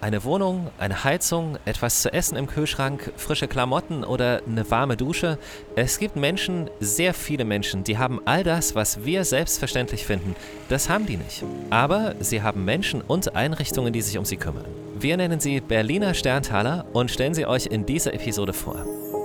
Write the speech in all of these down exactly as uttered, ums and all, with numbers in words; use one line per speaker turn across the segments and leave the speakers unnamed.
Eine Wohnung, eine Heizung, etwas zu essen im Kühlschrank, frische Klamotten oder eine warme Dusche. Es gibt Menschen, sehr viele Menschen, die haben all das, was wir selbstverständlich finden. Das haben die nicht. Aber sie haben Menschen und Einrichtungen, die sich um sie kümmern. Wir nennen sie Berliner Sterntaler und stellen sie euch in dieser Episode vor.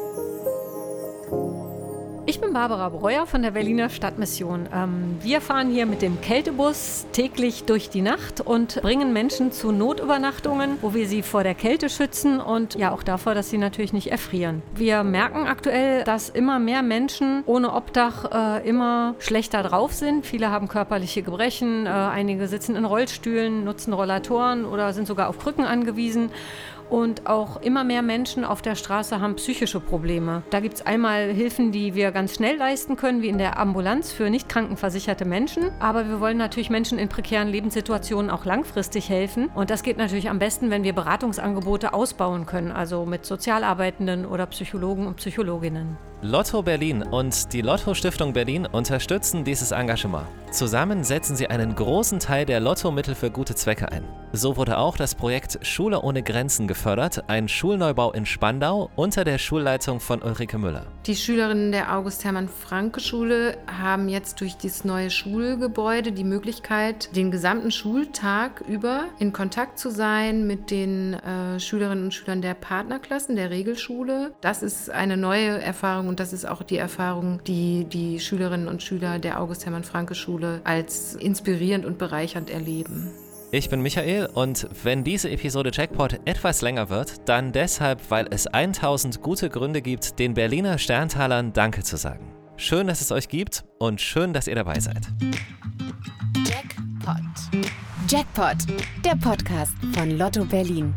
Ich bin Barbara Breuer von der Berliner Stadtmission. Ähm, wir fahren hier mit dem Kältebus täglich durch die Nacht und bringen Menschen zu Notübernachtungen, wo wir sie vor der Kälte schützen und ja auch davor, dass sie natürlich nicht erfrieren. Wir merken aktuell, dass immer mehr Menschen ohne Obdach äh, immer schlechter drauf sind. Viele haben körperliche Gebrechen, äh, einige sitzen in Rollstühlen, nutzen Rollatoren oder sind sogar auf Krücken angewiesen. Und auch immer mehr Menschen auf der Straße haben psychische Probleme. Da gibt es einmal Hilfen, die wir ganz schnell leisten können, wie in der Ambulanz für nicht krankenversicherte Menschen. Aber wir wollen natürlich Menschen in prekären Lebenssituationen auch langfristig helfen. Und das geht natürlich am besten, wenn wir Beratungsangebote ausbauen können, also mit Sozialarbeitenden oder Psychologen und Psychologinnen.
Lotto Berlin und die Lotto Stiftung Berlin unterstützen dieses Engagement. Zusammen setzen sie einen großen Teil der Lotto-Mittel für gute Zwecke ein. So wurde auch das Projekt Schule ohne Grenzen gefördert, ein Schulneubau in Spandau unter der Schulleitung von Ulrike Müller.
Die Schülerinnen der August-Hermann-Francke-Schule haben jetzt durch dieses neue Schulgebäude die Möglichkeit, den gesamten Schultag über in Kontakt zu sein mit den äh, Schülerinnen und Schülern der Partnerklassen, der Regelschule. Das ist eine neue Erfahrung und das ist auch die Erfahrung, die die Schülerinnen und Schüler der August-Hermann-Francke-Schule als inspirierend und bereichernd erleben.
Ich bin Michael und wenn diese Episode Jackpot etwas länger wird, dann deshalb, weil es tausend gute Gründe gibt, den Berliner Sterntalern Danke zu sagen. Schön, dass es euch gibt und schön, dass ihr dabei seid.
Jackpot. Jackpot, der Podcast von Lotto Berlin.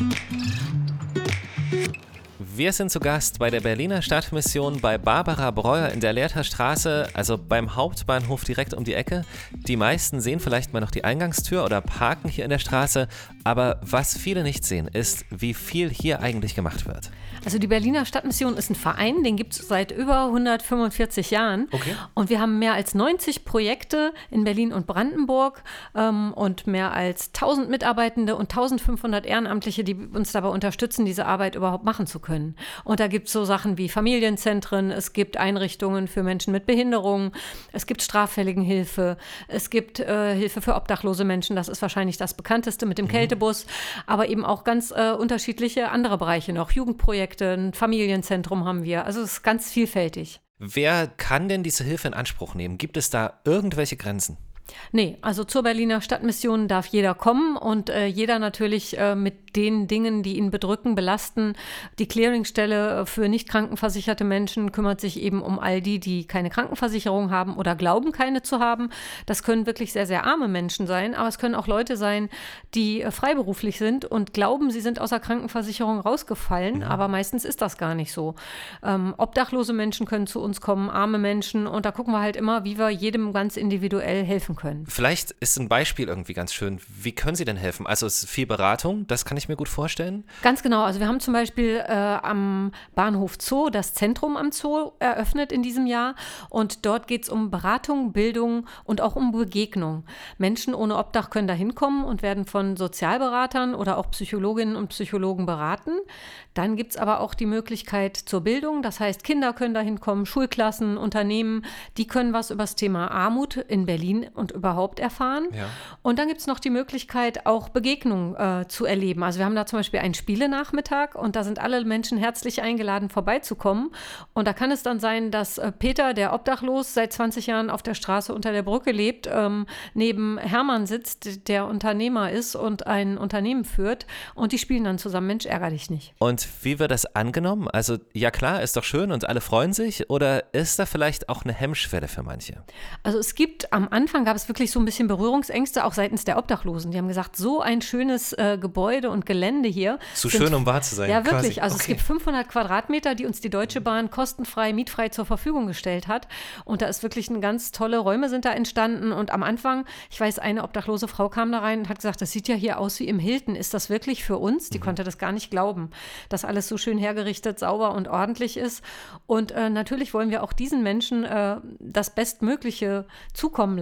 Wir sind zu Gast bei der Berliner Stadtmission bei Barbara Breuer in der Lehrter Straße, also beim Hauptbahnhof direkt um die Ecke. Die meisten sehen vielleicht mal noch die Eingangstür oder parken hier in der Straße, aber was viele nicht sehen, ist, wie viel hier eigentlich gemacht wird.
Also die Berliner Stadtmission ist ein Verein, den gibt es seit über hundertfünfundvierzig Jahren.
Okay.
Und wir haben mehr als neunzig Projekte in Berlin und Brandenburg ähm, und mehr als tausend Mitarbeitende und eintausendfünfhundert Ehrenamtliche, die uns dabei unterstützen, diese Arbeit überhaupt machen zu können. Und da gibt es so Sachen wie Familienzentren, es gibt Einrichtungen für Menschen mit Behinderung, es gibt Straffälligenhilfe, es gibt äh, Hilfe für obdachlose Menschen, das ist wahrscheinlich das bekannteste mit dem mhm. Kältebus, aber eben auch ganz äh, unterschiedliche andere Bereiche noch, Jugendprojekte, ein Familienzentrum haben wir, also es ist ganz vielfältig.
Wer kann denn diese Hilfe in Anspruch nehmen? Gibt es da irgendwelche Grenzen?
Nee, also zur Berliner Stadtmission darf jeder kommen und äh, jeder natürlich äh, mit den Dingen, die ihn bedrücken, belasten. Die Clearingstelle für nicht krankenversicherte Menschen kümmert sich eben um all die, die keine Krankenversicherung haben oder glauben, keine zu haben. Das können wirklich sehr, sehr arme Menschen sein, aber es können auch Leute sein, die äh, freiberuflich sind und glauben, sie sind aus der Krankenversicherung rausgefallen, ja. Aber meistens ist das gar nicht so. Ähm, obdachlose Menschen können zu uns kommen, arme Menschen und da gucken wir halt immer, wie wir jedem ganz individuell helfen können.
Vielleicht ist ein Beispiel irgendwie ganz schön. Wie können Sie denn helfen? Also es ist viel Beratung, das kann ich mir gut vorstellen.
Ganz genau. Also wir haben zum Beispiel äh, am Bahnhof Zoo das Zentrum am Zoo eröffnet in diesem Jahr und dort geht es um Beratung, Bildung und auch um Begegnung. Menschen ohne Obdach können da hinkommen und werden von Sozialberatern oder auch Psychologinnen und Psychologen beraten. Dann gibt es aber auch die Möglichkeit zur Bildung. Das heißt, Kinder können da hinkommen, Schulklassen, Unternehmen, die können was über das Thema Armut in Berlin und überhaupt erfahren. Ja. Und dann gibt es noch die Möglichkeit, auch Begegnungen äh, zu erleben. Also wir haben da zum Beispiel einen Spielenachmittag und da sind alle Menschen herzlich eingeladen, vorbeizukommen. Und da kann es dann sein, dass äh, Peter, der obdachlos seit zwanzig Jahren auf der Straße unter der Brücke lebt, ähm, neben Hermann sitzt, der Unternehmer ist und ein Unternehmen führt. Und die spielen dann zusammen Mensch, ärger dich nicht.
Und wie wird das angenommen? Also ja klar, ist doch schön und alle freuen sich. Oder ist da vielleicht auch eine Hemmschwelle für manche?
Also es gibt, am Anfang gab es wirklich so ein bisschen Berührungsängste, auch seitens der Obdachlosen. Die haben gesagt, so ein schönes äh, Gebäude und Gelände hier.
Zu sind, schön, um wahr zu sein.
Ja, wirklich.
Quasi.
Also
okay.
Es gibt fünfhundert Quadratmeter, die uns die Deutsche Bahn kostenfrei, mietfrei zur Verfügung gestellt hat. Und da ist wirklich eine ganz tolle Räume sind da entstanden. Und am Anfang, ich weiß, eine obdachlose Frau kam da rein und hat gesagt, das sieht ja hier aus wie im Hilton. Ist das wirklich für uns? Die mhm. konnte das gar nicht glauben, dass alles so schön hergerichtet, sauber und ordentlich ist. Und äh, natürlich wollen wir auch diesen Menschen äh, das Bestmögliche zukommen lassen.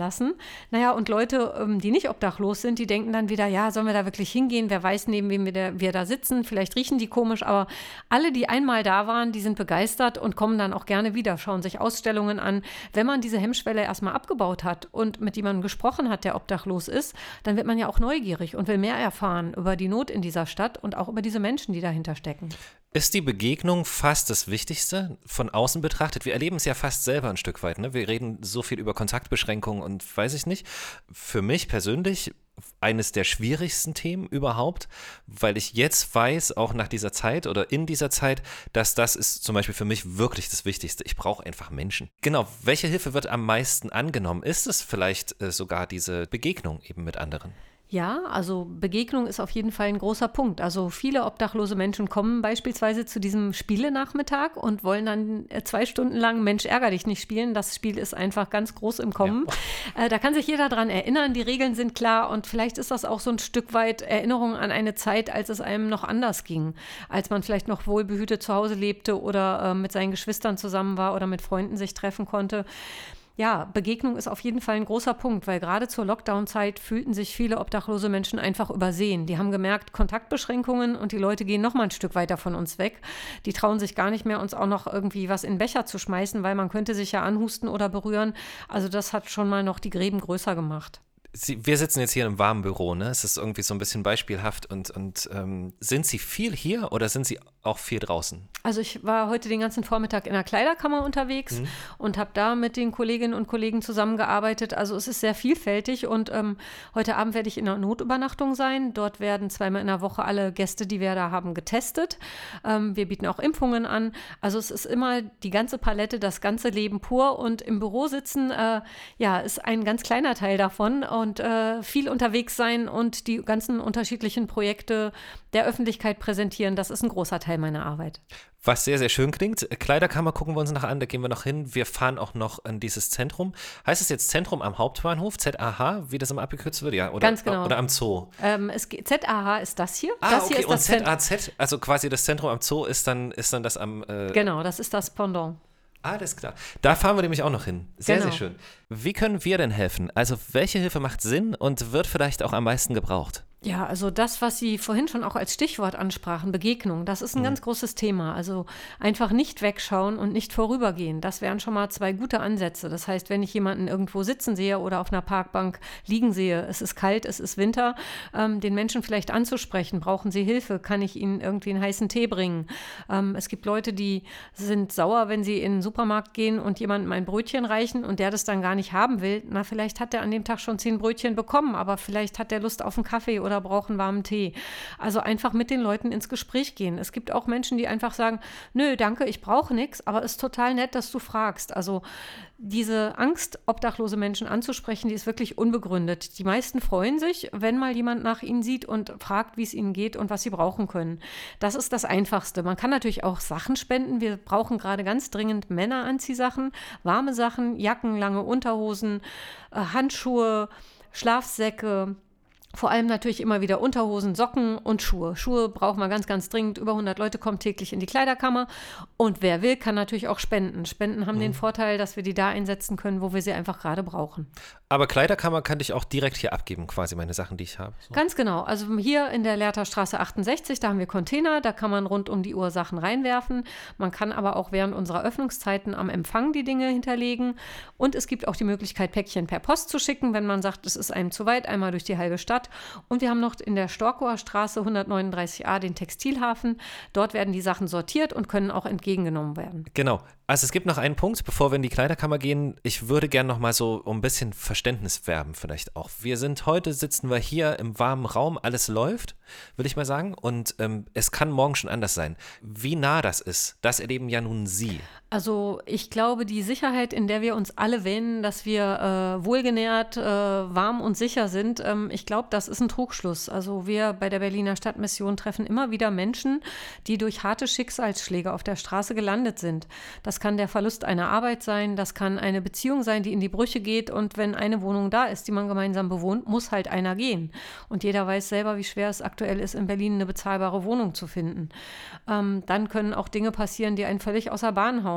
Naja, und Leute, ähm, die nicht obdachlos sind, die denken dann wieder, ja, sollen wir da wirklich hingehen? Wer weiß, neben wem wir da, wir da sitzen. Vielleicht riechen die komisch, aber alle, die einmal da waren, die sind begeistert und kommen dann auch gerne wieder, schauen sich Ausstellungen an. Wenn man diese Hemmschwelle erstmal abgebaut hat und mit jemandem gesprochen hat, der obdachlos ist, dann wird man ja auch neugierig und will mehr erfahren über die Not in dieser Stadt und auch über diese Menschen, die dahinter stecken.
Ist die Begegnung fast das Wichtigste von außen betrachtet? Wir erleben es ja fast selber ein Stück weit. Ne? Wir reden so viel über Kontaktbeschränkungen und weiß ich nicht. Für mich persönlich eines der schwierigsten Themen überhaupt, weil ich jetzt weiß, auch nach dieser Zeit oder in dieser Zeit, dass das ist zum Beispiel für mich wirklich das Wichtigste. Ich brauche einfach Menschen. Genau, welche Hilfe wird am meisten angenommen? Ist es vielleicht äh, sogar diese Begegnung eben mit anderen?
Ja, also Begegnung ist auf jeden Fall ein großer Punkt. Also viele obdachlose Menschen kommen beispielsweise zu diesem Spielenachmittag und wollen dann zwei Stunden lang Mensch, ärger dich nicht spielen. Das Spiel ist einfach ganz groß im Kommen. Ja. Äh, da kann sich jeder dran erinnern, die Regeln sind klar und vielleicht ist das auch so ein Stück weit Erinnerung an eine Zeit, als es einem noch anders ging. Als man vielleicht noch wohlbehütet zu Hause lebte oder äh, mit seinen Geschwistern zusammen war oder mit Freunden sich treffen konnte. Ja, Begegnung ist auf jeden Fall ein großer Punkt, weil gerade zur Lockdown-Zeit fühlten sich viele obdachlose Menschen einfach übersehen. Die haben gemerkt, Kontaktbeschränkungen und die Leute gehen noch mal ein Stück weiter von uns weg. Die trauen sich gar nicht mehr, uns auch noch irgendwie was in den Becher zu schmeißen, weil man könnte sich ja anhusten oder berühren. Also das hat schon mal noch die Gräben größer gemacht.
Sie, wir sitzen jetzt hier im warmen Büro, ne? Es ist irgendwie so ein bisschen beispielhaft und, und ähm, sind Sie viel hier oder sind Sie auch viel draußen?
Also ich war heute den ganzen Vormittag in der Kleiderkammer unterwegs mhm. und habe da mit den Kolleginnen und Kollegen zusammengearbeitet. Also es ist sehr vielfältig und ähm, heute Abend werde ich in einer Notübernachtung sein. Dort werden zweimal in der Woche alle Gäste, die wir da haben, getestet. Ähm, wir bieten auch Impfungen an. Also es ist immer die ganze Palette, das ganze Leben pur und im Büro sitzen, äh, ja, ist ein ganz kleiner Teil davon. Und äh, viel unterwegs sein und die ganzen unterschiedlichen Projekte der Öffentlichkeit präsentieren, das ist ein großer Teil meiner Arbeit.
Was sehr, sehr schön klingt. Kleiderkammer gucken wir uns noch an, da gehen wir noch hin. Wir fahren auch noch in dieses Zentrum. Heißt es jetzt Zentrum am Hauptbahnhof, Z A H, wie das immer abgekürzt wird? Ja, oder,
ganz genau.
Oder am Zoo?
Ähm, es, Z A H ist das hier.
Ah,
das
okay,
hier ist
und
das
Z A Z, also quasi das Zentrum am Zoo ist dann, ist dann das am… Äh
genau, das ist das Pendant.
Alles klar. Da fahren wir nämlich auch noch hin. Sehr,
genau.
sehr schön. Wie können wir denn helfen? Also welche Hilfe macht Sinn und wird vielleicht auch am meisten gebraucht?
Ja, also das, was Sie vorhin schon auch als Stichwort ansprachen, Begegnung, das ist ein mhm. ganz großes Thema. Also einfach nicht wegschauen und nicht vorübergehen. Das wären schon mal zwei gute Ansätze. Das heißt, wenn ich jemanden irgendwo sitzen sehe oder auf einer Parkbank liegen sehe, es ist kalt, es ist Winter, ähm, den Menschen vielleicht anzusprechen. Brauchen Sie Hilfe? Kann ich Ihnen irgendwie einen heißen Tee bringen? Ähm, es gibt Leute, die sind sauer, wenn sie in den Supermarkt gehen und jemandem ein Brötchen reichen und der das dann gar nicht haben will. Na, vielleicht hat der an dem Tag schon zehn Brötchen bekommen, aber vielleicht hat der Lust auf einen Kaffee oder oder brauchen warmen Tee. Also einfach mit den Leuten ins Gespräch gehen. Es gibt auch Menschen, die einfach sagen, nö, danke, ich brauche nichts, aber es ist total nett, dass du fragst. Also diese Angst, obdachlose Menschen anzusprechen, die ist wirklich unbegründet. Die meisten freuen sich, wenn mal jemand nach ihnen sieht und fragt, wie es ihnen geht und was sie brauchen können. Das ist das Einfachste. Man kann natürlich auch Sachen spenden. Wir brauchen gerade ganz dringend Männeranziehsachen, warme Sachen, Jacken, lange Unterhosen, äh, Handschuhe, Schlafsäcke. Vor allem natürlich immer wieder Unterhosen, Socken und Schuhe. Schuhe brauchen wir ganz, ganz dringend. Über hundert Leute kommen täglich in die Kleiderkammer. Und wer will, kann natürlich auch spenden. Spenden haben mhm. den Vorteil, dass wir die da einsetzen können, wo wir sie einfach gerade brauchen.
Aber Kleiderkammer kann ich auch direkt hier abgeben, quasi meine Sachen, die ich habe. So.
Ganz genau. Also hier in der Lehrterstraße achtundsechzig, da haben wir Container. Da kann man rund um die Uhr Sachen reinwerfen. Man kann aber auch während unserer Öffnungszeiten am Empfang die Dinge hinterlegen. Und es gibt auch die Möglichkeit, Päckchen per Post zu schicken, wenn man sagt, es ist einem zu weit, einmal durch die halbe Stadt. Und wir haben noch in der Storkower Straße hundertneununddreißig a den Textilhafen. Dort werden die Sachen sortiert und können auch entgegengenommen werden.
Genau. Also es gibt noch einen Punkt, bevor wir in die Kleiderkammer gehen. Ich würde gerne noch mal so um ein bisschen Verständnis werben vielleicht auch. Wir sind heute, sitzen wir hier im warmen Raum, alles läuft, würde ich mal sagen. Und ähm, es kann morgen schon anders sein. Wie nah das ist, das erleben ja nun Sie.
Also ich glaube, die Sicherheit, in der wir uns alle wähnen, dass wir äh, wohlgenährt, äh, warm und sicher sind, ähm, ich glaube, das ist ein Trugschluss. Also wir bei der Berliner Stadtmission treffen immer wieder Menschen, die durch harte Schicksalsschläge auf der Straße gelandet sind. Das kann der Verlust einer Arbeit sein, das kann eine Beziehung sein, die in die Brüche geht und wenn eine Wohnung da ist, die man gemeinsam bewohnt, muss halt einer gehen. Und jeder weiß selber, wie schwer es aktuell ist, in Berlin eine bezahlbare Wohnung zu finden. Ähm, dann können auch Dinge passieren, die einen völlig außer Bahn hauen.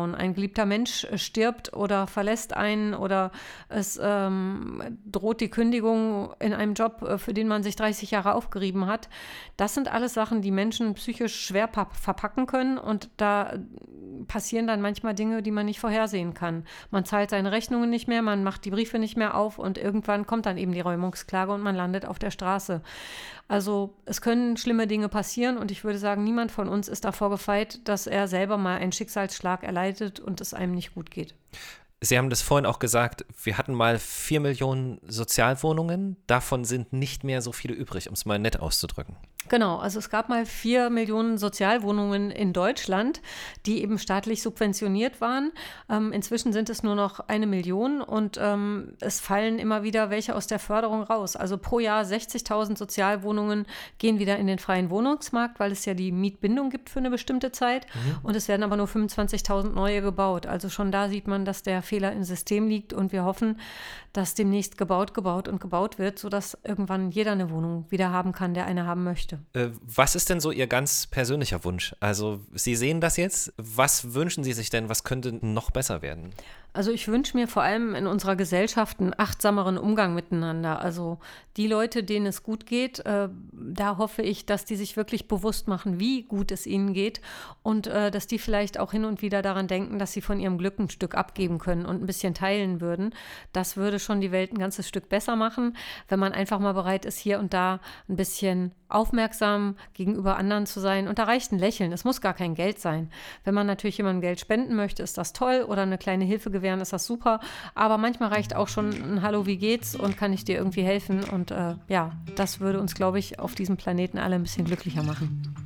Lockdown. Ein geliebter Mensch stirbt oder verlässt einen oder es ähm, droht die Kündigung in einem Job, für den man sich dreißig Jahre aufgerieben hat. Das sind alles Sachen, die Menschen psychisch schwer pa- verpacken können und da passieren dann manchmal Dinge, die man nicht vorhersehen kann. Man zahlt seine Rechnungen nicht mehr, man macht die Briefe nicht mehr auf und irgendwann kommt dann eben die Räumungsklage und man landet auf der Straße. Also es können schlimme Dinge passieren und ich würde sagen, niemand von uns ist davor gefeit, dass er selber mal einen Schicksalsschlag erleidet und es einem nicht gut geht.
Sie haben das vorhin auch gesagt, wir hatten mal vier Millionen Sozialwohnungen, davon sind nicht mehr so viele übrig, um es mal nett auszudrücken.
Genau, also es gab mal vier Millionen Sozialwohnungen in Deutschland, die eben staatlich subventioniert waren. Ähm, inzwischen sind es nur noch eine Million und ähm, es fallen immer wieder welche aus der Förderung raus. Also pro Jahr sechzigtausend Sozialwohnungen gehen wieder in den freien Wohnungsmarkt, weil es ja die Mietbindung gibt für eine bestimmte Zeit. Mhm. Und es werden aber nur fünfundzwanzigtausend neue gebaut. Also schon da sieht man, dass der Fehler im System liegt und wir hoffen, dass demnächst gebaut, gebaut und gebaut wird, sodass irgendwann jeder eine Wohnung wieder haben kann, der eine haben möchte.
Äh, was ist denn so Ihr ganz persönlicher Wunsch? Also Sie sehen das jetzt. Was wünschen Sie sich denn? Was könnte noch besser werden?
Also ich wünsche mir vor allem in unserer Gesellschaft einen achtsameren Umgang miteinander. Also die Leute, denen es gut geht, äh, da hoffe ich, dass die sich wirklich bewusst machen, wie gut es ihnen geht und äh, dass die vielleicht auch hin und wieder daran denken, dass sie von ihrem Glück ein Stück abgeben können und ein bisschen teilen würden. Das würde schon die Welt ein ganzes Stück besser machen, wenn man einfach mal bereit ist, hier und da ein bisschen aufmerksam gegenüber anderen zu sein. Und da reicht ein Lächeln. Es muss gar kein Geld sein. Wenn man natürlich jemandem Geld spenden möchte, ist das toll oder eine kleine Hilfe gewähren, ist das super. Aber manchmal reicht auch schon ein Hallo, wie geht's und kann ich dir irgendwie helfen? Und äh, ja, das würde uns, glaube ich, auf diesem Planeten alle ein bisschen glücklicher machen.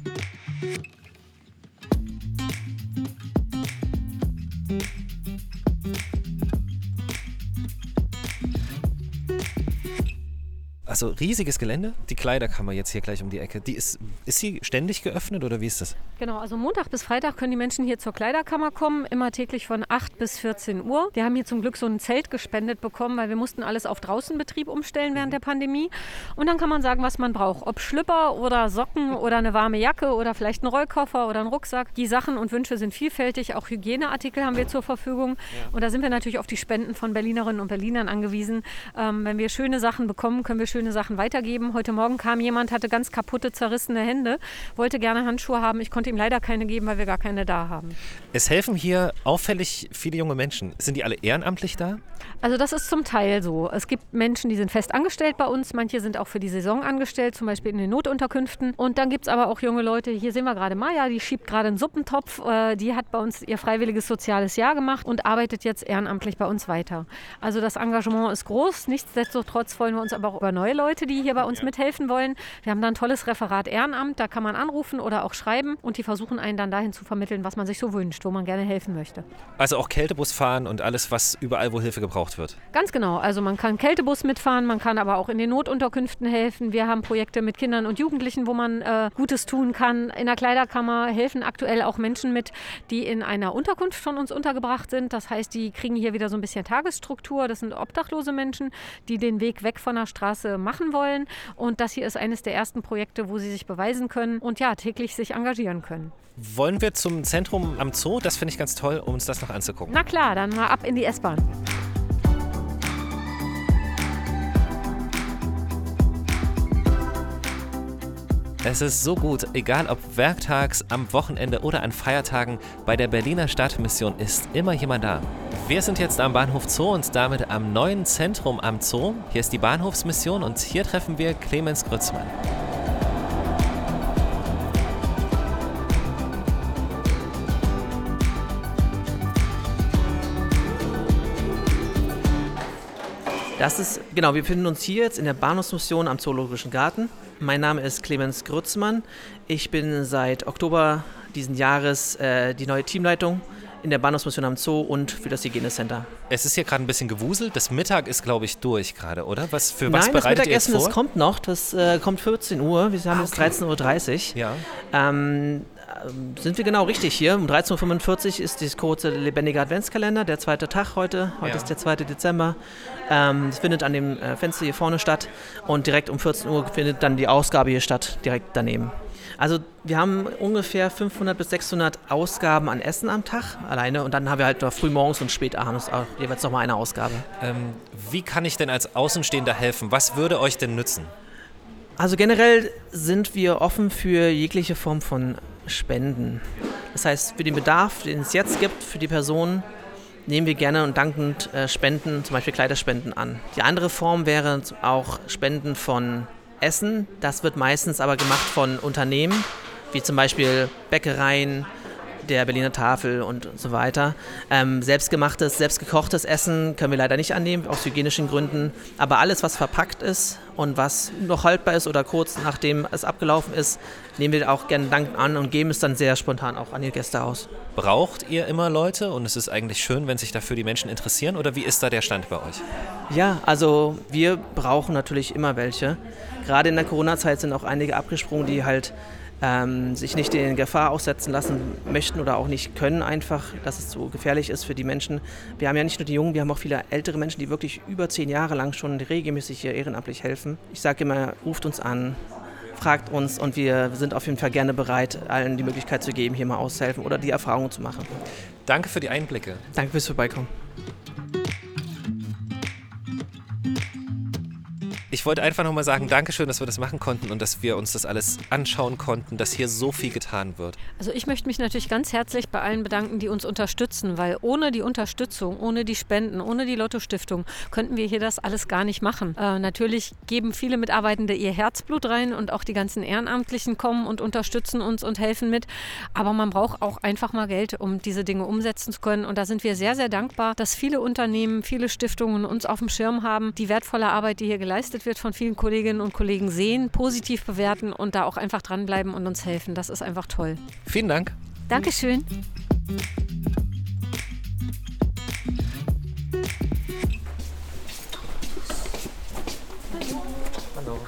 Also riesiges Gelände, die Kleiderkammer jetzt hier gleich um die Ecke, die ist, ist sie ständig geöffnet oder wie ist das?
Genau, also Montag bis Freitag können die Menschen hier zur Kleiderkammer kommen, immer täglich von acht bis vierzehn Uhr. Wir haben hier zum Glück so ein Zelt gespendet bekommen, weil wir mussten alles auf Draußenbetrieb umstellen während der Pandemie. Und dann kann man sagen, was man braucht, ob Schlüpper oder Socken oder eine warme Jacke oder vielleicht einen Rollkoffer oder einen Rucksack. Die Sachen und Wünsche sind vielfältig, auch Hygieneartikel haben wir zur Verfügung. Ja. Und da sind wir natürlich auf die Spenden von Berlinerinnen und Berlinern angewiesen. Ähm, wenn wir schöne Sachen bekommen, können wir schöne Sachen weitergeben. Heute Morgen kam jemand, hatte ganz kaputte, zerrissene Hände, wollte gerne Handschuhe haben. Ich konnte ihm leider keine geben, weil wir gar keine da haben.
Es helfen hier auffällig viele junge Menschen. Sind die alle ehrenamtlich da?
Also das ist zum Teil so. Es gibt Menschen, die sind fest angestellt bei uns. Manche sind auch für die Saison angestellt, zum Beispiel in den Notunterkünften. Und dann gibt es aber auch junge Leute. Hier sehen wir gerade Maja, die schiebt gerade einen Suppentopf. Die hat bei uns ihr freiwilliges soziales Jahr gemacht und arbeitet jetzt ehrenamtlich bei uns weiter. Also das Engagement ist groß. Nichtsdestotrotz freuen wir uns aber auch über neue Leute, die hier bei uns ja. mithelfen wollen. Wir haben da ein tolles Referat Ehrenamt. Da kann man anrufen oder auch schreiben. Und die versuchen einen dann dahin zu vermitteln, was man sich so wünscht, wo man gerne helfen möchte.
Also auch Kältebus fahren und alles, was überall, wo Hilfe gebraucht wird.
Ganz genau. Also man kann Kältebus mitfahren, man kann aber auch in den Notunterkünften helfen. Wir haben Projekte mit Kindern und Jugendlichen, wo man äh, Gutes tun kann. In der Kleiderkammer helfen aktuell auch Menschen mit, die in einer Unterkunft von uns untergebracht sind. Das heißt, die kriegen hier wieder so ein bisschen Tagesstruktur. Das sind obdachlose Menschen, die den Weg weg von der Straße machen wollen. Und das hier ist eines der ersten Projekte, wo sie sich beweisen können und ja, täglich sich engagieren können.
Wollen wir zum Zentrum am Zoo? Das finde ich ganz toll, um uns das noch anzugucken.
Na klar, dann mal ab in die S-Bahn.
Es ist so gut, egal ob werktags, am Wochenende oder an Feiertagen, bei der Berliner Stadtmission ist immer jemand da. Wir sind jetzt am Bahnhof Zoo und damit am neuen Zentrum am Zoo. Hier ist die Bahnhofsmission und hier treffen wir Clemens Grützmann.
Das ist, genau, wir befinden uns hier jetzt in der Bahnhofsmission am Zoologischen Garten. Mein Name ist Clemens Grützmann. Ich bin seit Oktober diesen Jahres äh, die neue Teamleitung in der Bahnhofsmission am Zoo und für das Hygienecenter.
Es ist hier gerade ein bisschen gewuselt. Das Mittag ist, glaube ich, durch gerade, oder? Was, für was
Nein,
bereitet
das
ihr jetzt
Mittagessen,
vor?
das kommt noch. Das äh, kommt vierzehn Uhr. Wir haben
ah,
jetzt
okay.
dreizehn Uhr dreißig.
Ja.
Ähm, sind wir genau richtig hier. Um dreizehn Uhr fünfundvierzig ist das kurze lebendige Adventskalender, der zweite Tag heute. Heute ja. ist der zweite Dezember. Ähm, das findet an dem äh, Fenster hier vorne statt und direkt um vierzehn Uhr findet dann die Ausgabe hier statt, direkt daneben. Also wir haben ungefähr fünfhundert bis sechshundert Ausgaben an Essen am Tag alleine und dann haben wir halt noch früh morgens und spät abends auch jeweils nochmal eine Ausgabe.
Ähm, wie kann ich denn als Außenstehender helfen? Was würde euch denn nützen?
Also generell sind wir offen für jegliche Form von Spenden. Das heißt, für den Bedarf, den es jetzt gibt, für die Person, nehmen wir gerne und dankend äh, Spenden, zum Beispiel Kleiderspenden an. Die andere Form wäre auch Spenden von Essen. Das wird meistens aber gemacht von Unternehmen, wie zum Beispiel Bäckereien, der Berliner Tafel und so weiter. Ähm, selbstgemachtes, selbstgekochtes Essen können wir leider nicht annehmen, aus hygienischen Gründen. Aber alles, was verpackt ist und was noch haltbar ist oder kurz nachdem es abgelaufen ist, nehmen wir auch gerne dankend an und geben es dann sehr spontan auch an die Gäste aus.
Braucht ihr immer Leute und es ist eigentlich schön, wenn sich dafür die Menschen interessieren oder wie ist da der Stand bei euch?
Ja, also wir brauchen natürlich immer welche. Gerade in der Corona-Zeit sind auch einige abgesprungen, die halt ähm, sich nicht in Gefahr aussetzen lassen möchten oder auch nicht können einfach, dass es so gefährlich ist für die Menschen. Wir haben ja nicht nur die Jungen, wir haben auch viele ältere Menschen, die wirklich über zehn Jahre lang schon regelmäßig hier ehrenamtlich helfen. Ich sage immer, ruft uns an, fragt uns und wir sind auf jeden Fall gerne bereit, allen die Möglichkeit zu geben, hier mal auszuhelfen oder die Erfahrungen zu machen.
Danke für die Einblicke.
Danke fürs Vorbeikommen.
Ich wollte einfach nochmal sagen, Dankeschön, dass wir das machen konnten und dass wir uns das alles anschauen konnten, dass hier so viel getan wird.
Also ich möchte mich natürlich ganz herzlich bei allen bedanken, die uns unterstützen, weil ohne die Unterstützung, ohne die Spenden, ohne die Lotto-Stiftung könnten wir hier das alles gar nicht machen. Äh, natürlich geben viele Mitarbeitende ihr Herzblut rein und auch die ganzen Ehrenamtlichen kommen und unterstützen uns und helfen mit. Aber man braucht auch einfach mal Geld, um diese Dinge umsetzen zu können. Und da sind wir sehr, sehr dankbar, dass viele Unternehmen, viele Stiftungen uns auf dem Schirm haben, die wertvolle Arbeit, die hier geleistet wird, von vielen Kolleginnen und Kollegen sehen, positiv bewerten und da auch einfach dranbleiben und uns helfen. Das ist einfach toll.
Vielen Dank.
Dankeschön.
Hallo.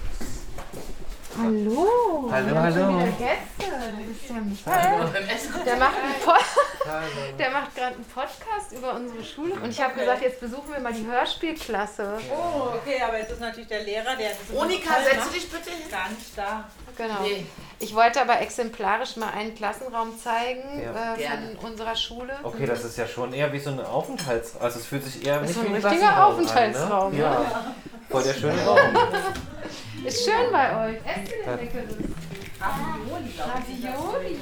Hallo.
Hallo,
Wir haben schon
hallo.
wieder Gäste. Das ist ja Michael. Der macht, einen Po- der macht gerade einen Podcast über unsere Schule. Und ich habe gesagt, jetzt besuchen wir mal die Hörspielklasse.
Oh, okay, aber jetzt ist natürlich der Lehrer, der...
Monika, setz du dich bitte hin.
Gar nicht da.
Genau.
Nee.
Ich wollte aber exemplarisch mal einen Klassenraum zeigen
Ja.
äh,
Gerne.
von unserer Schule.
Okay, das ist ja schon eher wie so ein Aufenthalts... Also es fühlt sich eher
Das ist
nicht
so ein
wie ein
richtiger
Klassenraum
Aufenthaltsraum.
An, ne? Ja, voll der schöne Raum.
Ist schön bei euch. Esst ihr denn Leckeres? Ravioli.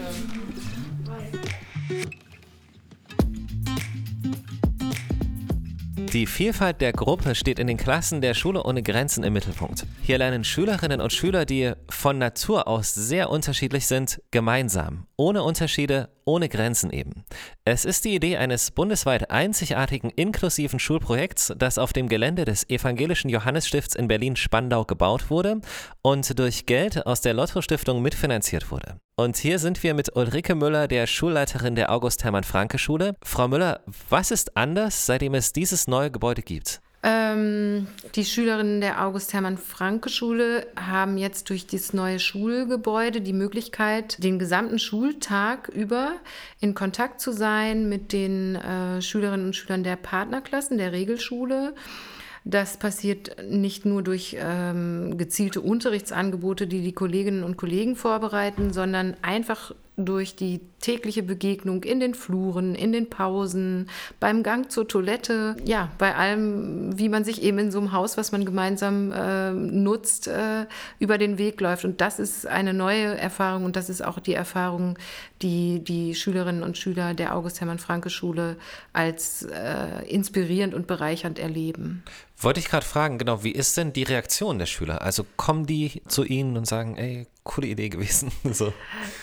Die Vielfalt der Gruppe steht in den Klassen der Schule ohne Grenzen im Mittelpunkt. Hier lernen Schülerinnen und Schüler, die von Natur aus sehr unterschiedlich sind, gemeinsam, ohne Unterschiede, ohne Grenzen eben. Es ist die Idee eines bundesweit einzigartigen inklusiven Schulprojekts, das auf dem Gelände des Evangelischen Johannisstifts in Berlin-Spandau gebaut wurde und durch Geld aus der Lotto-Stiftung mitfinanziert wurde. Und hier sind wir mit Ulrike Müller, der Schulleiterin der August-Hermann-Francke-Schule. Frau Müller, was ist anders, seitdem es dieses neue Gebäude gibt?
Ähm, die Schülerinnen der August-Hermann-Francke-Schule haben jetzt durch das neue Schulgebäude die Möglichkeit, den gesamten Schultag über in Kontakt zu sein mit den äh, Schülerinnen und Schülern der Partnerklassen, der Regelschule. Das passiert nicht nur durch ähm, gezielte Unterrichtsangebote, die die Kolleginnen und Kollegen vorbereiten, sondern einfach durch die tägliche Begegnung in den Fluren, in den Pausen, beim Gang zur Toilette, ja, bei allem, wie man sich eben in so einem Haus, was man gemeinsam äh, nutzt, äh, über den Weg läuft. Und das ist eine neue Erfahrung und das ist auch die Erfahrung, die die Schülerinnen und Schüler der August-Hermann-Francke-Schule als äh, inspirierend und bereichernd erleben.
Wollte ich gerade fragen, genau, wie ist denn die Reaktion der Schüler? Also kommen die zu Ihnen und sagen, ey, coole Idee gewesen? So.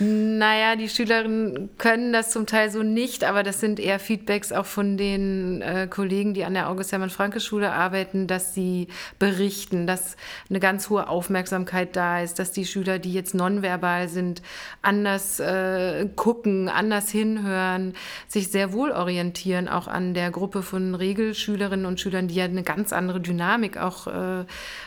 Naja, die Schülerinnen können das zum Teil so nicht, aber das sind eher Feedbacks auch von den äh, Kollegen, die an der August-Hermann-Francke-Schule arbeiten, dass sie berichten, dass eine ganz hohe Aufmerksamkeit da ist, dass die Schüler, die jetzt nonverbal sind, anders äh, gucken, anders hinhören, sich sehr wohl orientieren, auch an der Gruppe von Regelschülerinnen und Schülern, die ja eine ganz andere Dynamik auch äh,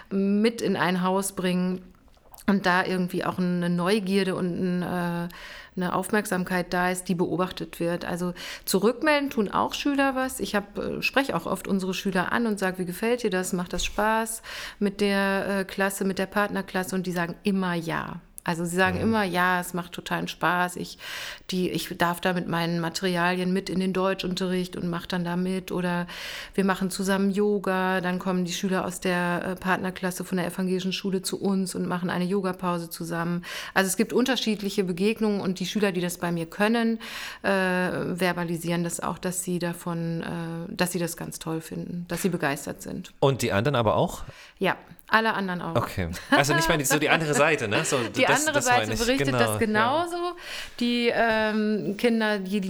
mit in ein Haus bringen. Und da irgendwie auch eine Neugierde und ein, äh, eine Aufmerksamkeit da ist, die beobachtet wird. Also zurückmelden tun auch Schüler was. Ich hab, äh, spreche auch oft unsere Schüler an und sage, wie gefällt dir das? Macht das Spaß mit der äh, Klasse, mit der Partnerklasse? Und die sagen immer ja. Also sie sagen mhm. immer, ja, es macht totalen Spaß. Ich, die, ich darf da mit meinen Materialien mit in den Deutschunterricht und mache dann da mit. Oder wir machen zusammen Yoga. Dann kommen die Schüler aus der äh, Partnerklasse von der evangelischen Schule zu uns und machen eine Yogapause zusammen. Also es gibt unterschiedliche Begegnungen und die Schüler, die das bei mir können, äh, verbalisieren das auch, dass sie davon, äh, dass sie das ganz toll finden, dass sie begeistert sind.
Und die anderen aber auch?
Ja, alle anderen auch.
Okay, also nicht mal so die andere Seite, ne? So,
die
das,
andere
das
Seite berichtet genau, das genauso. Ja. Die ähm, Kinder, die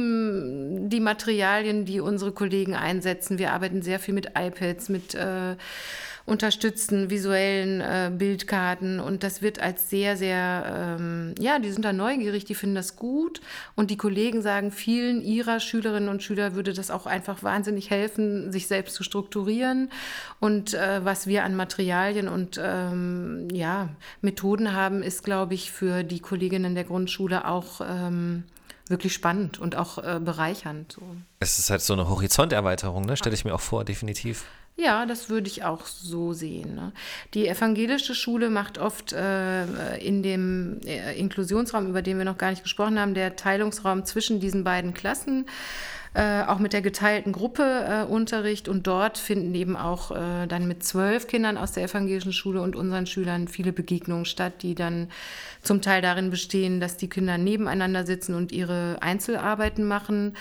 lieben die Materialien, die unsere Kollegen einsetzen. Wir arbeiten sehr viel mit iPads, mit äh, unterstützten visuellen äh, Bildkarten und das wird als sehr, sehr, ähm, ja, die sind da neugierig, die finden das gut und die Kollegen sagen, vielen ihrer Schülerinnen und Schüler würde das auch einfach wahnsinnig helfen, sich selbst zu strukturieren und äh, was wir an Materialien und ähm, ja, Methoden haben, ist, glaube ich, für die Kolleginnen der Grundschule auch ähm, wirklich spannend und auch äh, bereichernd. So.
Es ist halt so eine Horizonterweiterung, ne? Stelle ich mir auch vor, definitiv.
Ja, das würde ich auch so sehen. Ne? Die evangelische Schule macht oft äh, in dem äh, Inklusionsraum, über den wir noch gar nicht gesprochen haben, der Teilungsraum zwischen diesen beiden Klassen, äh, auch mit der geteilten Gruppe äh, Unterricht. Und dort finden eben auch äh, dann mit zwölf Kindern aus der evangelischen Schule und unseren Schülern viele Begegnungen statt, die dann zum Teil darin bestehen, dass die Kinder nebeneinander sitzen und ihre Einzelarbeiten machen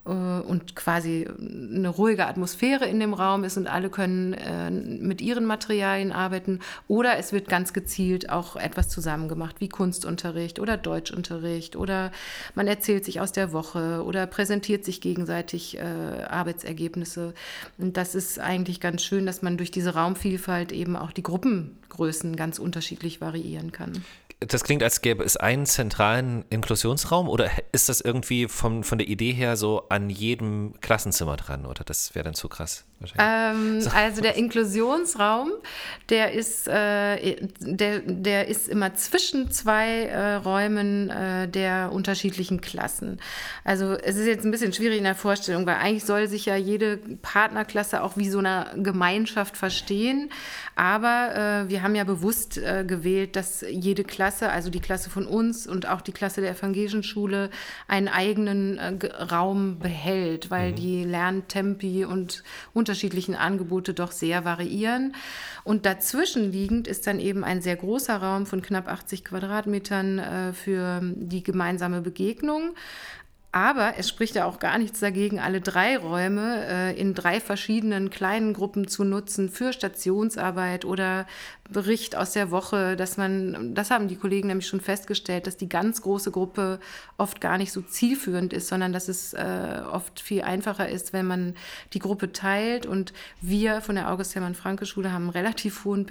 und quasi eine ruhige Atmosphäre in dem Raum ist und alle können äh, mit ihren Materialien arbeiten. Oder es wird ganz gezielt auch etwas zusammen gemacht, wie Kunstunterricht oder Deutschunterricht oder man erzählt sich aus der Woche oder präsentiert sich gegenseitig äh, Arbeitsergebnisse. Und das ist eigentlich ganz schön, dass man durch diese Raumvielfalt eben auch die Gruppengrößen ganz unterschiedlich variieren kann.
Das klingt, als gäbe es einen zentralen Inklusionsraum oder ist das irgendwie von, von der Idee her so an jedem Klassenzimmer dran oder das wäre dann zu krass?
Ähm,
so.
Also der Inklusionsraum, der ist, äh, der, der ist immer zwischen zwei äh, Räumen äh, der unterschiedlichen Klassen. Also es ist jetzt ein bisschen schwierig in der Vorstellung, weil eigentlich soll sich ja jede Partnerklasse auch wie so eine Gemeinschaft verstehen. Aber äh, wir haben ja bewusst äh, gewählt, dass jede Klasse, also die Klasse von uns und auch die Klasse der evangelischen Schule, einen eigenen äh, Raum behält, weil mhm. die Lerntempi und unterschiedlichen Angebote doch sehr variieren. Und dazwischen liegend ist dann eben ein sehr großer Raum von knapp achtzig Quadratmetern äh, für die gemeinsame Begegnung. Aber es spricht ja auch gar nichts dagegen, alle drei Räume äh, in drei verschiedenen kleinen Gruppen zu nutzen für Stationsarbeit oder Bericht aus der Woche, dass man, das haben die Kollegen nämlich schon festgestellt, dass die ganz große Gruppe oft gar nicht so zielführend ist, sondern dass es äh, oft viel einfacher ist, wenn man die Gruppe teilt. Und wir von der August-Hermann-Francke-Schule haben einen relativ hohen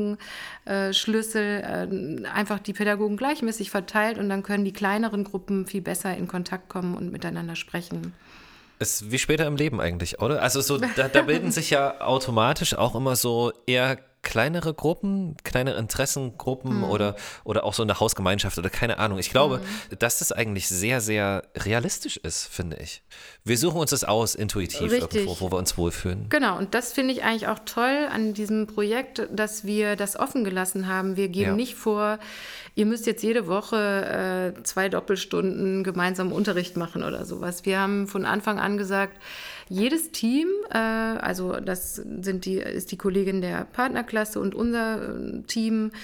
Pädagogenschlüssel, äh, einfach die Pädagogen gleichmäßig verteilt und dann können die kleineren Gruppen viel besser in Kontakt kommen und miteinander sprechen.
Ist wie später im Leben eigentlich, oder? Also so, da, da bilden sich ja automatisch auch immer so eher kleinere Gruppen, kleinere Interessengruppen mhm. oder, oder auch so eine Hausgemeinschaft oder keine Ahnung. Ich glaube, mhm. dass das eigentlich sehr, sehr realistisch ist, finde ich. Wir suchen uns das aus, intuitiv
Richtig.
Irgendwo, wo wir uns wohlfühlen.
Genau, und das finde ich eigentlich auch toll an diesem Projekt, dass wir das offen gelassen haben. Wir geben ja. nicht vor, ihr müsst jetzt jede Woche äh, zwei Doppelstunden gemeinsam Unterricht machen oder sowas. Wir haben von Anfang an gesagt, jedes Team, äh, also das sind die, ist die Kollegin der Partnerklasse und unser äh, Team,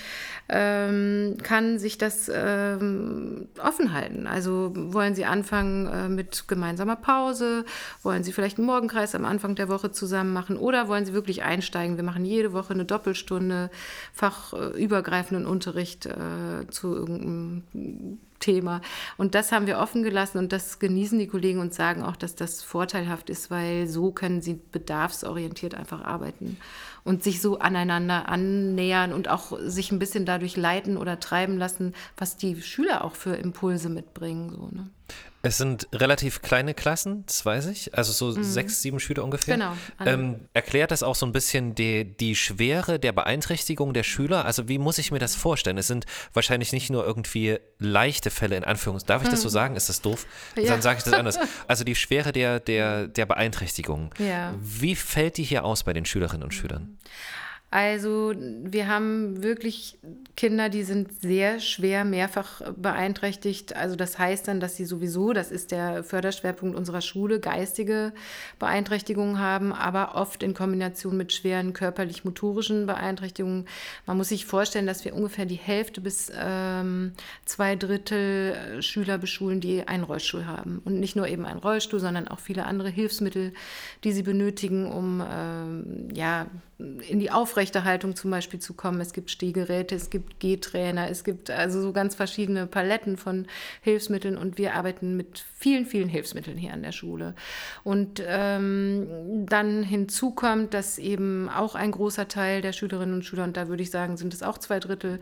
ähm, kann sich das ähm, offen halten. Also wollen sie anfangen äh, mit gemeinsamer Pause, wollen sie vielleicht einen Morgenkreis am Anfang der Woche zusammen machen oder wollen sie wirklich einsteigen. Wir machen jede Woche eine Doppelstunde fachübergreifenden Unterricht äh, zu irgendeinem Thema. Und das haben wir offen gelassen und das genießen die Kollegen und sagen auch, dass das vorteilhaft ist, weil so können sie bedarfsorientiert einfach arbeiten und sich so aneinander annähern und auch sich ein bisschen dadurch leiten oder treiben lassen, was die Schüler auch für Impulse mitbringen. So, ne?
Es sind relativ kleine Klassen, das weiß ich, also so mhm. sechs, sieben Schüler ungefähr.
Genau.
Ähm, erklärt das auch so ein bisschen die, die Schwere der Beeinträchtigung der Schüler? Also wie muss ich mir das vorstellen? Es sind wahrscheinlich nicht nur irgendwie leichte Fälle in Anführungszeichen. Darf ich das so sagen? Ist das doof? Ja. Dann sage ich das anders. Also die Schwere der, der, der Beeinträchtigung.
Ja.
Wie fällt die hier aus bei den Schülerinnen und Schülern?
Also wir haben wirklich Kinder, die sind sehr schwer mehrfach beeinträchtigt. Also das heißt dann, dass sie sowieso, das ist der Förderschwerpunkt unserer Schule, geistige Beeinträchtigungen haben, aber oft in Kombination mit schweren körperlich-motorischen Beeinträchtigungen. Man muss sich vorstellen, dass wir ungefähr die Hälfte bis ähm, zwei Drittel Schüler beschulen, die einen Rollstuhl haben. Und nicht nur eben einen Rollstuhl, sondern auch viele andere Hilfsmittel, die sie benötigen, um ähm, ja, in die Aufrechterhaltung zum Beispiel zu kommen. Es gibt Stehgeräte, es gibt Gehtrainer, es gibt also so ganz verschiedene Paletten von Hilfsmitteln und wir arbeiten mit vielen, vielen Hilfsmitteln hier an der Schule. Und ähm, dann hinzu kommt, dass eben auch ein großer Teil der Schülerinnen und Schüler, und da würde ich sagen, sind es auch zwei Drittel,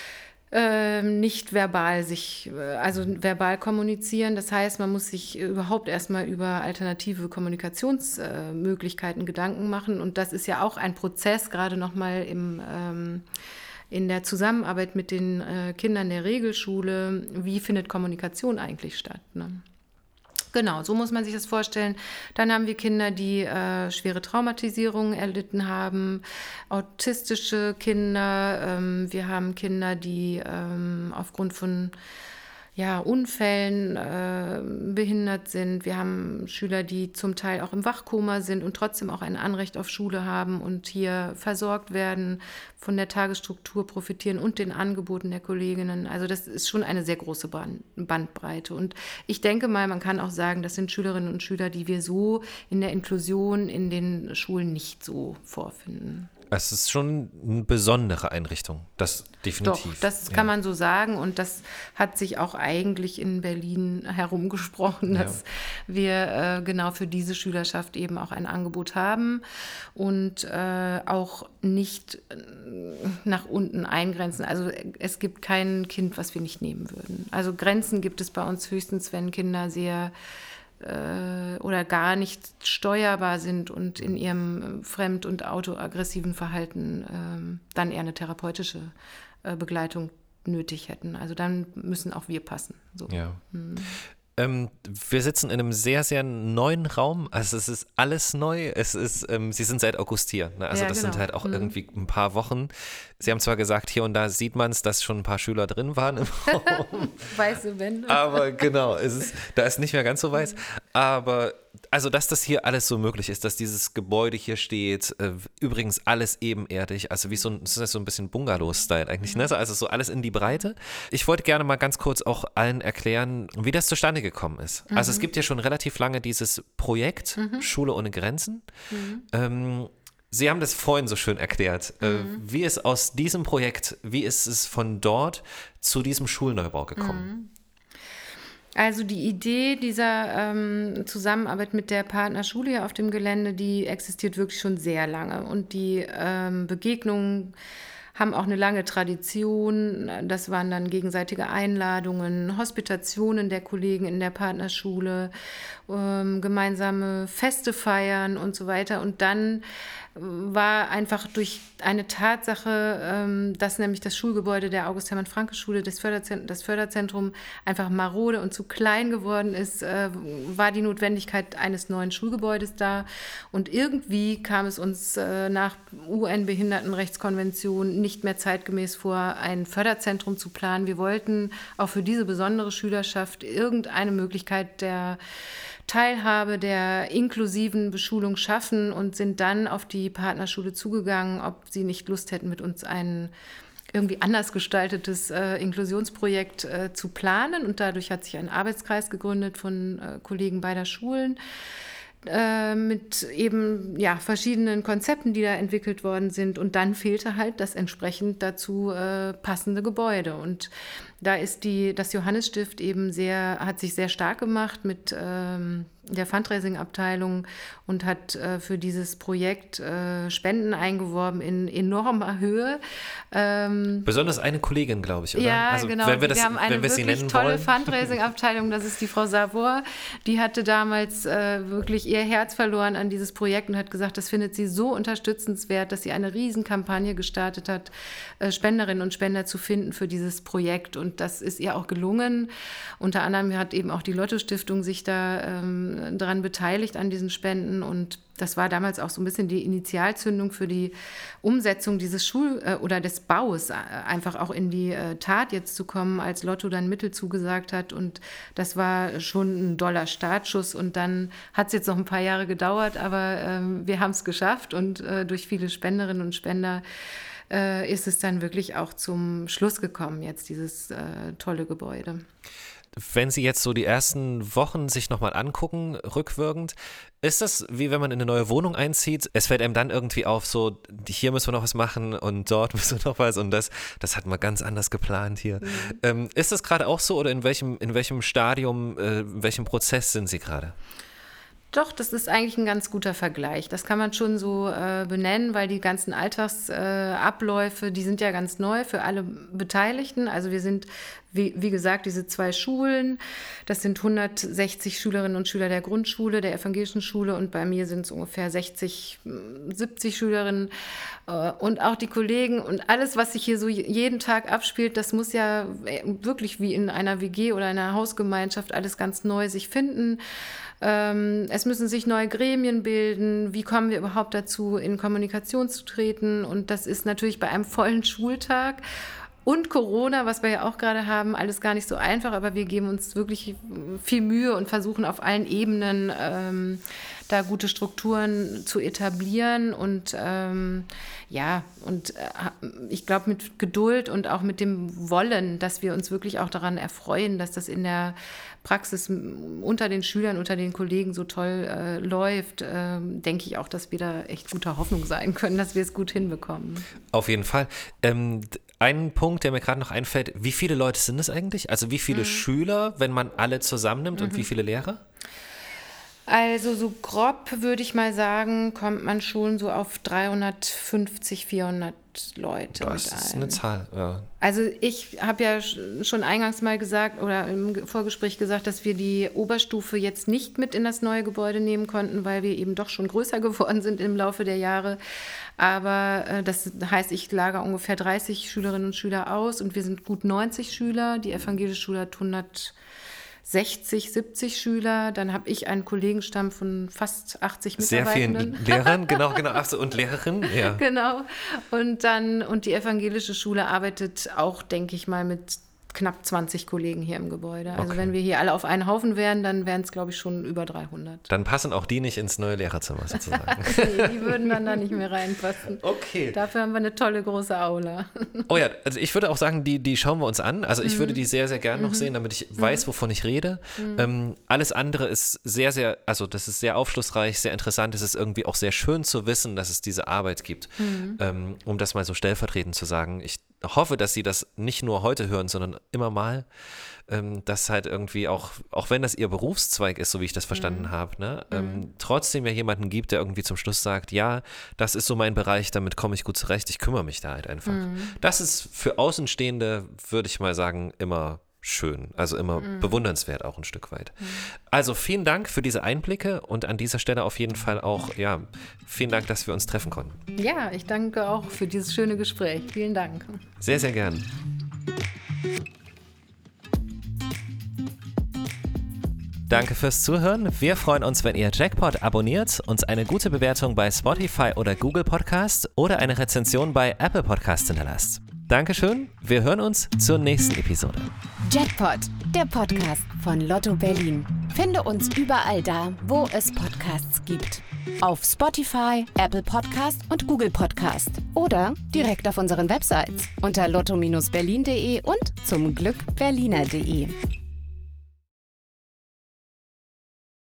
Ähm, nicht verbal sich, also verbal kommunizieren. Das heißt, man muss sich überhaupt erstmal über alternative Kommunikationsmöglichkeiten äh, Gedanken machen. Und das ist ja auch ein Prozess, gerade nochmal im ähm, in der Zusammenarbeit mit den äh, Kindern der Regelschule. Wie findet Kommunikation eigentlich statt, ne? Genau, so muss man sich das vorstellen. Dann haben wir Kinder, die äh, schwere Traumatisierungen erlitten haben, autistische Kinder. Ähm, wir haben Kinder, die ähm, aufgrund von ja, Unfällen äh, behindert sind. Wir haben Schüler, die zum Teil auch im Wachkoma sind und trotzdem auch ein Anrecht auf Schule haben und hier versorgt werden, von der Tagesstruktur profitieren und den Angeboten der Kolleginnen. Also das ist schon eine sehr große Band- Bandbreite. Und ich denke mal, man kann auch sagen, das sind Schülerinnen und Schüler, die wir so in der Inklusion in den Schulen nicht so vorfinden.
Es ist schon eine besondere Einrichtung, das definitiv.
Doch, das kann
ja.
man so sagen und das hat sich auch eigentlich in Berlin herumgesprochen, dass ja. wir äh, genau für diese Schülerschaft eben auch ein Angebot haben und äh, auch nicht äh, nach unten eingrenzen. Also es gibt kein Kind, was wir nicht nehmen würden. Also Grenzen gibt es bei uns höchstens, wenn Kinder sehr oder gar nicht steuerbar sind und in ihrem fremd- und autoaggressiven Verhalten ähm, dann eher eine therapeutische äh, Begleitung nötig hätten. Also dann müssen auch wir passen. So.
Ja.
Hm.
Ähm, wir sitzen in einem sehr, sehr neuen Raum. Also es ist alles neu. Es ist, ähm, Sie sind seit August hier. Ne? Also
ja,
das
genau.
sind halt auch
hm.
irgendwie ein paar Wochen. Sie haben zwar gesagt, hier und da sieht man es, dass schon ein paar Schüler drin waren im Raum.
Weiße Wände.
Aber genau, es ist, da ist nicht mehr ganz so weiß. Aber also, dass das hier alles so möglich ist, dass dieses Gebäude hier steht, äh, übrigens alles ebenerdig, also wie so ein, das ist so ein bisschen Bungalow-Style eigentlich, ne? Also so alles in die Breite. Ich wollte gerne mal ganz kurz auch allen erklären, wie das zustande gekommen ist. Mhm. Also es gibt ja schon relativ lange dieses Projekt mhm. Schule ohne Grenzen. Mhm. Ähm, Sie haben das vorhin so schön erklärt. Mhm. Äh, wie ist aus diesem Projekt, wie ist es von dort zu diesem Schulneubau gekommen?
Mhm. Also die Idee dieser ähm, Zusammenarbeit mit der Partnerschule hier auf dem Gelände, die existiert wirklich schon sehr lange. Und die ähm, Begegnungen haben auch eine lange Tradition. Das waren dann gegenseitige Einladungen, Hospitationen der Kollegen in der Partnerschule, ähm, gemeinsame Feste feiern und so weiter. Und dann war einfach durch eine Tatsache, ähm, dass nämlich das Schulgebäude der August-Hermann-Francke-Schule, das, Förderzent- das Förderzentrum, einfach marode und zu klein geworden ist, äh, war die Notwendigkeit eines neuen Schulgebäudes da. Und irgendwie kam es uns äh, nach U N-Behindertenrechtskonvention nicht mehr zeitgemäß vor, ein Förderzentrum zu planen. Wir wollten auch für diese besondere Schülerschaft irgendeine Möglichkeit der Teilhabe, der inklusiven Beschulung schaffen und sind dann auf die Partnerschule zugegangen, ob sie nicht Lust hätten, mit uns ein irgendwie anders gestaltetes äh, Inklusionsprojekt äh, zu planen. Und dadurch hat sich ein Arbeitskreis gegründet von äh, Kollegen beider Schulen äh, mit eben ja, verschiedenen Konzepten, die da entwickelt worden sind. Und dann fehlte halt das entsprechend dazu äh, passende Gebäude. Und da ist die, das Johannesstift eben sehr, hat sich sehr stark gemacht mit ähm, der Fundraising-Abteilung und hat äh, für dieses Projekt äh, Spenden eingeworben in enormer Höhe. Ähm,
Besonders eine Kollegin, glaube ich, oder?
Ja,
also,
genau.
Wenn wir, das,
wir haben eine
wenn wir sie
wirklich
nennen
tolle
wollen.
Fundraising-Abteilung, das ist die Frau Savor. Die hatte damals äh, wirklich ihr Herz verloren an dieses Projekt und hat gesagt, das findet sie so unterstützenswert, dass sie eine Riesenkampagne gestartet hat, äh, Spenderinnen und Spender zu finden für dieses Projekt. Und und das ist ihr auch gelungen. Unter anderem hat eben auch die Lotto-Stiftung sich da ähm, daran beteiligt an diesen Spenden und das war damals auch so ein bisschen die Initialzündung für die Umsetzung dieses Schul- äh, oder des Baus, äh, einfach auch in die äh, Tat jetzt zu kommen, als Lotto dann Mittel zugesagt hat. Und das war schon ein doller Startschuss. Und dann hat es jetzt noch ein paar Jahre gedauert, aber äh, wir haben es geschafft. Und äh, durch viele Spenderinnen und Spender äh, ist es dann wirklich auch zum Schluss gekommen, jetzt dieses äh, tolle Gebäude.
Wenn Sie jetzt so die ersten Wochen sich nochmal angucken, rückwirkend, ist das wie wenn man in eine neue Wohnung einzieht? Es fällt einem dann irgendwie auf, so hier müssen wir noch was machen und dort müssen wir noch was und das, das hatten wir ganz anders geplant hier. Mhm. Ähm, ist das gerade auch so oder in welchem, in welchem Stadium, äh, in welchem Prozess sind Sie gerade?
Doch, das ist eigentlich ein ganz guter Vergleich. Das kann man schon so äh, benennen, weil die ganzen Alltagsabläufe, äh, die sind ja ganz neu für alle Beteiligten. Also wir sind, wie, wie gesagt, diese zwei Schulen. Das sind hundertsechzig Schülerinnen und Schüler der Grundschule, der evangelischen Schule und bei mir sind es ungefähr sechzig, siebzig Schülerinnen äh, und auch die Kollegen und alles, was sich hier so jeden Tag abspielt, das muss ja wirklich wie in einer W G oder einer Hausgemeinschaft alles ganz neu sich finden. Es müssen sich neue Gremien bilden. Wie kommen wir überhaupt dazu, in Kommunikation zu treten? Und das ist natürlich bei einem vollen Schultag und Corona, was wir ja auch gerade haben, alles gar nicht so einfach. Aber wir geben uns wirklich viel Mühe und versuchen auf allen Ebenen ähm, da gute Strukturen zu etablieren. Und ähm, ja, und äh, ich glaube mit Geduld und auch mit dem Wollen, dass wir uns wirklich auch daran erfreuen, dass das in der Praxis unter den Schülern, unter den Kollegen so toll äh, läuft, äh, denke ich auch, dass wir da echt guter Hoffnung sein können, dass wir es gut hinbekommen.
Auf jeden Fall. Ähm, ein Punkt, der mir gerade noch einfällt, wie viele Leute sind es eigentlich? Also wie viele mhm. Schüler, wenn man alle zusammennimmt und mhm. wie viele Lehrer?
Also so grob würde ich mal sagen, kommt man schon so auf dreihundertfünfzig, vierhundert Leute.
Das ist eine Zahl, ja.
Also ich habe ja schon eingangs mal gesagt oder im Vorgespräch gesagt, dass wir die Oberstufe jetzt nicht mit in das neue Gebäude nehmen konnten, weil wir eben doch schon größer geworden sind im Laufe der Jahre. Aber äh, das heißt, ich lager ungefähr dreißig Schülerinnen und Schüler aus und wir sind gut neunzig Schüler. Die evangelische Schule hat hundertsechzig, siebzig Schüler. Dann habe ich einen Kollegenstamm von fast achtzig Mitarbeitenden.
Sehr vielen Lehrern, genau, genau. Ach so, und Lehrerinnen, ja.
Genau. Und dann, und die evangelische Schule arbeitet auch, denke ich mal, mit knapp zwanzig Kollegen hier im Gebäude. Also
okay.
wenn wir hier alle auf einen Haufen wären, dann wären es, glaube ich, schon über dreihundert.
Dann passen auch die nicht ins neue Lehrerzimmer sozusagen.
Nee, die würden dann da nicht mehr reinpassen.
Okay.
Dafür haben wir eine tolle große Aula.
Oh ja, also ich würde auch sagen, die, die schauen wir uns an. Also ich mhm. würde die sehr, sehr gern noch mhm. sehen, damit ich weiß, wovon ich rede. Mhm. Ähm, alles andere ist sehr, sehr, also das ist sehr aufschlussreich, sehr interessant. Es ist irgendwie auch sehr schön zu wissen, dass es diese Arbeit gibt. Mhm. Ähm, um das mal so stellvertretend zu sagen. Ich hoffe, dass Sie das nicht nur heute hören, sondern immer mal, ähm, dass halt irgendwie auch, auch wenn das Ihr Berufszweig ist, so wie ich das verstanden mhm. habe, ne, ähm, mhm. trotzdem ja jemanden gibt, der irgendwie zum Schluss sagt, ja, das ist so mein Bereich, damit komme ich gut zurecht, ich kümmere mich da halt einfach. Mhm. Das ist für Außenstehende, würde ich mal sagen, immer schön, also immer mhm. bewundernswert auch ein Stück weit. Mhm. Also vielen Dank für diese Einblicke und an dieser Stelle auf jeden Fall auch, ja, vielen Dank, dass wir uns treffen konnten.
Ja, ich danke auch für dieses schöne Gespräch. Vielen Dank.
Sehr, sehr gern. Danke fürs Zuhören. Wir freuen uns, wenn ihr Jackpot abonniert, uns eine gute Bewertung bei Spotify oder Google Podcast oder eine Rezension bei Apple Podcast hinterlasst. Dankeschön, wir hören uns zur nächsten Episode.
Jackpot, der Podcast von Lotto Berlin. Finde uns überall da, wo es Podcasts gibt. Auf Spotify, Apple Podcast und Google Podcast. Oder direkt auf unseren Websites unter lotto Bindestrich berlin punkt de und zum Glück berliner punkt de.